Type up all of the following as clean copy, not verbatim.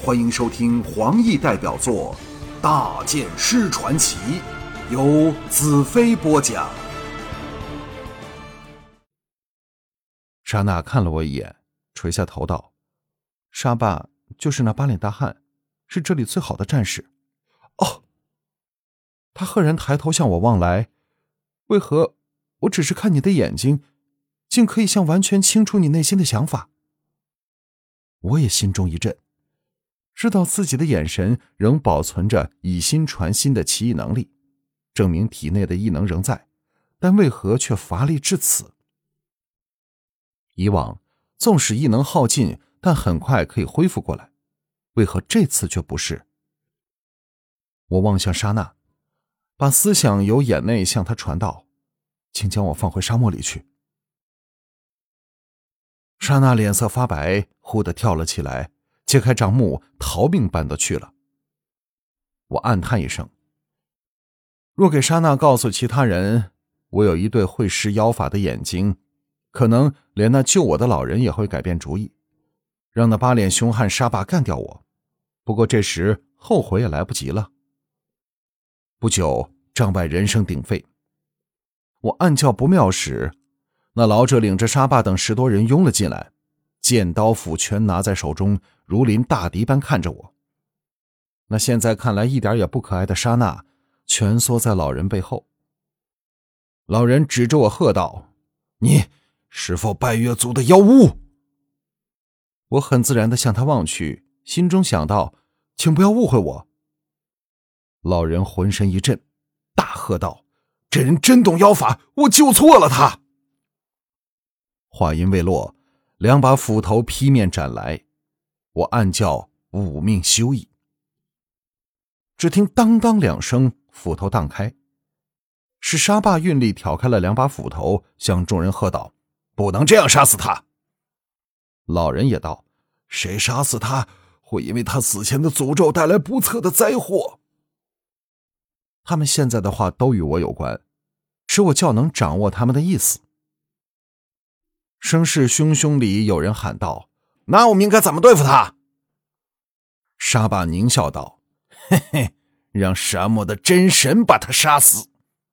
欢迎收听黄奕代表作《大剑师传奇》，由子飞播讲。 莎娜看了我一眼，垂下头道：沙爸就是那八脸大汉，是这里最好的战士。哦。他赫然抬头向我望来，为何我只是看你的眼睛，竟可以像完全清楚你内心的想法？我也心中一震，知道自己的眼神仍保存着以心传心的奇异能力，证明体内的异能仍在，但为何却乏力至此？以往纵使异能耗尽，但很快可以恢复过来，为何这次却不是？我望向莎娜，把思想由眼内向她传导，请将我放回沙漠里去。莎娜脸色发白，忽地跳了起来，揭开帐幕，逃命般的去了。我暗叹一声，若给莎娜告诉其他人我有一对会施妖法的眼睛，可能连那救我的老人也会改变主意，让那八脸凶悍沙爸干掉我。不过这时后悔也来不及了。不久，帐外人声鼎沸，我暗叫不妙时，那老者领着沙爸等10多人拥了进来，剑刀斧全拿在手中，如临大敌般看着我。那现在看来一点也不可爱的莎娜蜷缩在老人背后。老人指着我喝道：你是否拜月族的妖巫？我很自然地向他望去，心中想到，请不要误会我。老人浑身一震，大喝道：这人真懂妖法，我救错了他。话音未落，2把斧头劈面斩来，我暗叫吾命休矣。只听当当2声，斧头荡开，是沙爸运力挑开了2把斧头，向众人喝道：不能这样杀死他。老人也道：谁杀死他，会因为他死前的诅咒带来不测的灾祸。他们现在的话都与我有关，使我较能掌握他们的意思。声势汹汹里有人喊道：那我们应该怎么对付他？沙爸狞笑道：嘿嘿，让沙漠的真神把他杀死。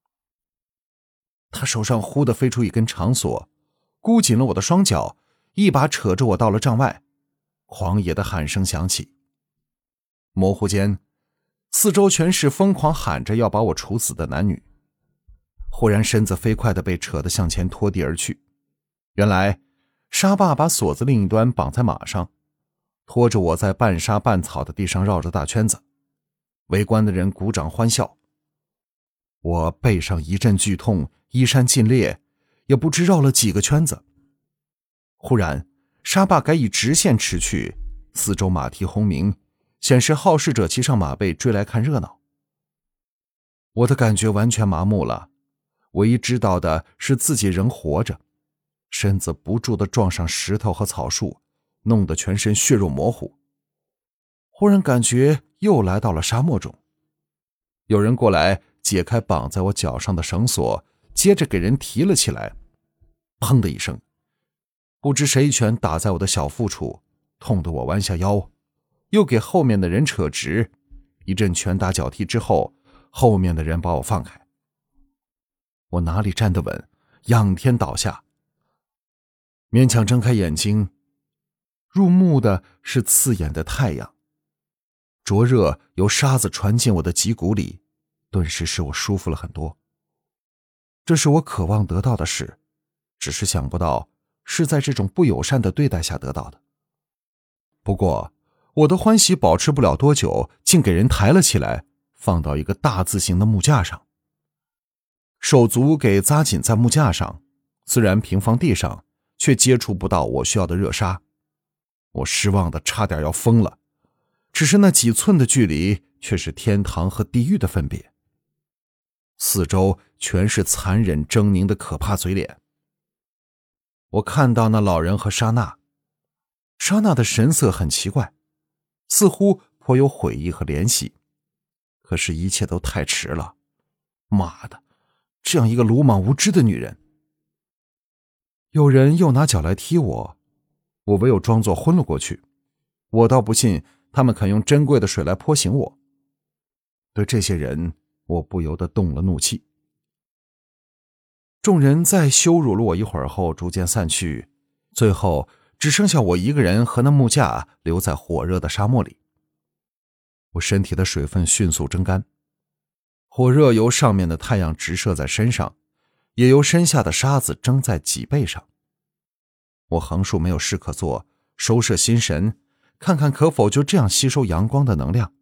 他手上忽地飞出一根长索，箍紧了我的双脚，一把扯着我到了帐外。狂野的喊声响起，模糊间四周全是疯狂喊着要把我处死的男女。忽然身子飞快地被扯得向前拖地而去，原来沙爸把锁子另一端绑在马上，拖着我在半沙半草的地上绕着大圈子。围观的人鼓掌欢笑。我背上一阵剧痛，衣衫尽裂，也不知绕了几个圈子。忽然沙爸改以直线驰去，四周马蹄轰鸣，显示好事者骑上马背追来看热闹。我的感觉完全麻木了，唯一知道的是自己仍活着，身子不住地撞上石头和草树，弄得全身血肉模糊。忽然感觉又来到了沙漠中，有人过来解开绑在我脚上的绳索，接着给人提了起来。砰的一声，不知谁一拳打在我的小腹处，痛得我弯下腰，又给后面的人扯直，一阵拳打脚踢之后，后面的人把我放开。我哪里站得稳，仰天倒下，勉强睁开眼睛，入目的是刺眼的太阳，灼热由沙子传进我的脊骨里，顿时使我舒服了很多。这是我渴望得到的事，只是想不到是在这种不友善的对待下得到的。不过我的欢喜保持不了多久，竟给人抬了起来，放到一个大字形的木架上。手足给扎紧在木架上，虽然平放地上，却接触不到我需要的热沙。我失望的差点要疯了，只是那几寸的距离，却是天堂和地狱的分别。四周全是残忍狰狞的可怕嘴脸。我看到那老人和莎娜，莎娜的神色很奇怪，似乎颇有悔意和怜惜，可是一切都太迟了。妈的，这样一个鲁莽无知的女人。有人又拿脚来踢我，我唯有装作昏了过去。我倒不信他们肯用珍贵的水来泼醒我。对这些人，我不由得动了怒气。众人在羞辱了我一会儿后逐渐散去，最后只剩下我一个人和那木架留在火热的沙漠里。我身体的水分迅速蒸干，火热由上面的太阳直射在身上，也由身下的沙子蒸在脊背上。我横竖没有事可做，收摄心神，看看可否就这样吸收阳光的能量。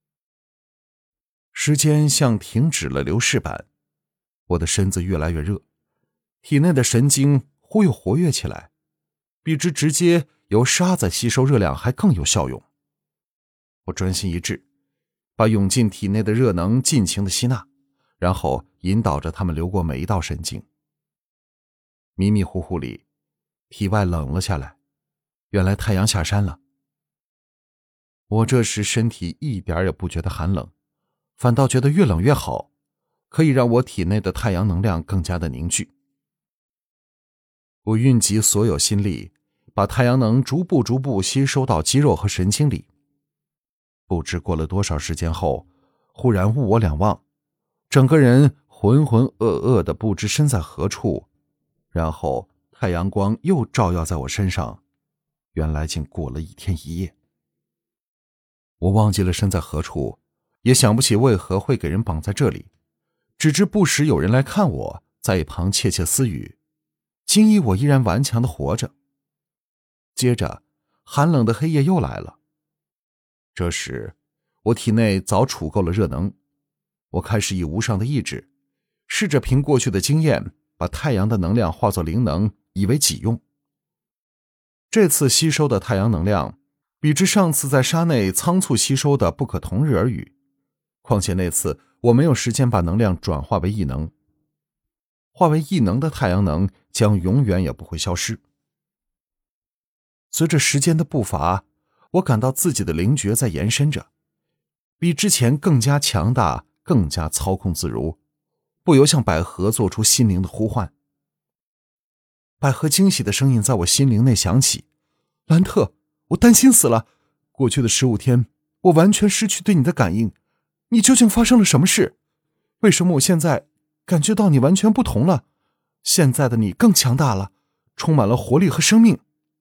时间像停止了流逝般，我的身子越来越热，体内的神经忽又活跃起来，比之直接由沙子吸收热量还更有效用。我专心一致，把涌进体内的热能尽情地吸纳，然后引导着它们流过每一道神经。迷迷糊糊里，体外冷了下来，原来太阳下山了。我这时身体一点也不觉得寒冷，反倒觉得越冷越好，可以让我体内的太阳能量更加的凝聚。我运集所有心力，把太阳能逐步吸收到肌肉和神经里。不知过了多少时间后，忽然物我两忘，整个人浑浑噩噩的不知身在何处，然后太阳光又照耀在我身上，原来竟过了一天一夜。我忘记了身在何处，也想不起为何会给人绑在这里，只知不时有人来看我，在一旁窃窃私语，惊异我依然顽强地活着。接着寒冷的黑夜又来了，这时我体内早储够了热能，我开始以无上的意志，试着凭过去的经验，把太阳的能量化作灵能，以为己用。这次吸收的太阳能量比之上次在沙内仓促吸收的不可同日而语，况且那次我没有时间把能量转化为异能，化为异能的太阳能将永远也不会消失。随着时间的步伐，我感到自己的灵觉在延伸着，比之前更加强大，更加操控自如，不由向百合做出心灵的呼唤。百合惊喜的声音在我心灵内响起，兰特，我担心死了，过去的15天我完全失去对你的感应，你究竟发生了什么事？为什么我现在感觉到你完全不同了？现在的你更强大了，充满了活力和生命。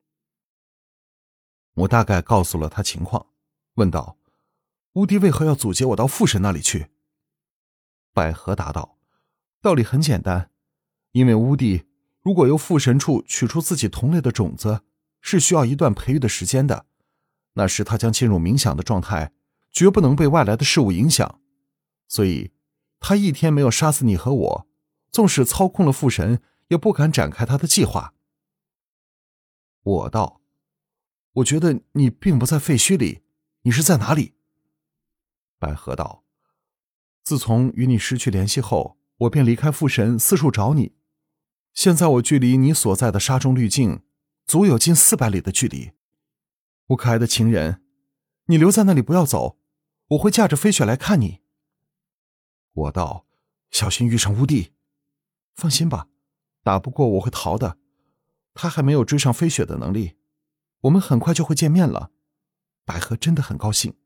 我大概告诉了他情况，问道，乌迪为何要阻截我到父神那里去？百合答道，道理很简单，因为乌迪如果由父神处取出自己同类的种子，是需要一段培育的时间的，那时他将进入冥想的状态，绝不能被外来的事物影响，所以他一天没有杀死你和我，纵使操控了父神，也不敢展开他的计划。我道，我觉得你并不在废墟里，你是在哪里？百合道，自从与你失去联系后，我便离开父神四处找你，现在我距离你所在的沙中滤镜足有近400里的距离。我可爱的情人，你留在那里不要走，我会驾着飞雪来看你。我道，小心遇上乌帝。放心吧，打不过我会逃的，他还没有追上飞雪的能力，我们很快就会见面了。百合真的很高兴。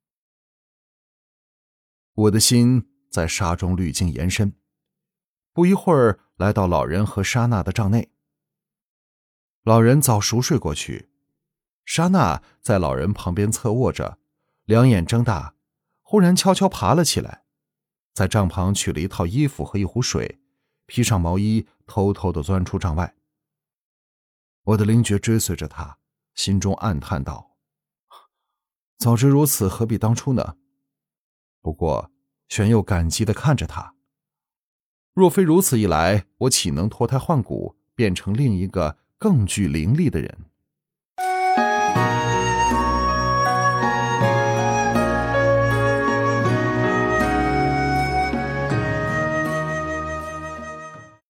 我的心在沙中滤镜延伸，不一会儿来到老人和莎娜的帐内。老人早熟睡过去，莎娜在老人旁边侧卧着，两眼睁大，忽然悄悄爬了起来，在帐旁取了一套衣服和一壶水，披上毛衣，偷偷地钻出帐外。我的灵觉追随着他，心中暗叹道，早知如此，何必当初呢？不过玄又感激地看着他，若非如此一来，我岂能脱胎换骨，变成另一个更具灵力的人？